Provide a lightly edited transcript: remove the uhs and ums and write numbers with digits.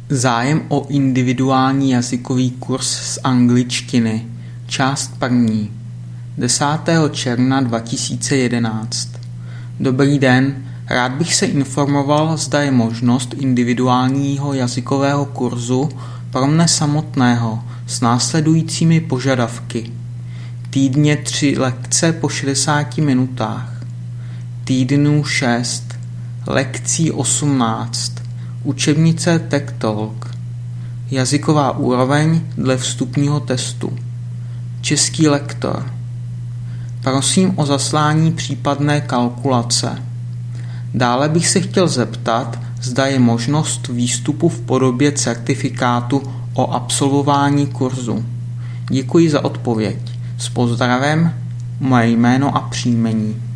Zájem o individuální jazykový kurz z angličtiny. Část první. 10. června 2011. Dobrý den, rád bych se informoval, zda je možnost individuálního jazykového kurzu pro mne samotného s následujícími požadavky. Týdně 3 lekce po 60 minutách. Týdnů 6. Lekcí 18. Učebnice TechTalk. Jazyková úroveň dle vstupního testu. Český lektor. Prosím o zaslání případné kalkulace. Dále bych se chtěl zeptat, zda je možnost výstupu v podobě certifikátu o absolvování kurzu. Děkuji za odpověď. S pozdravem, moje jméno a příjmení.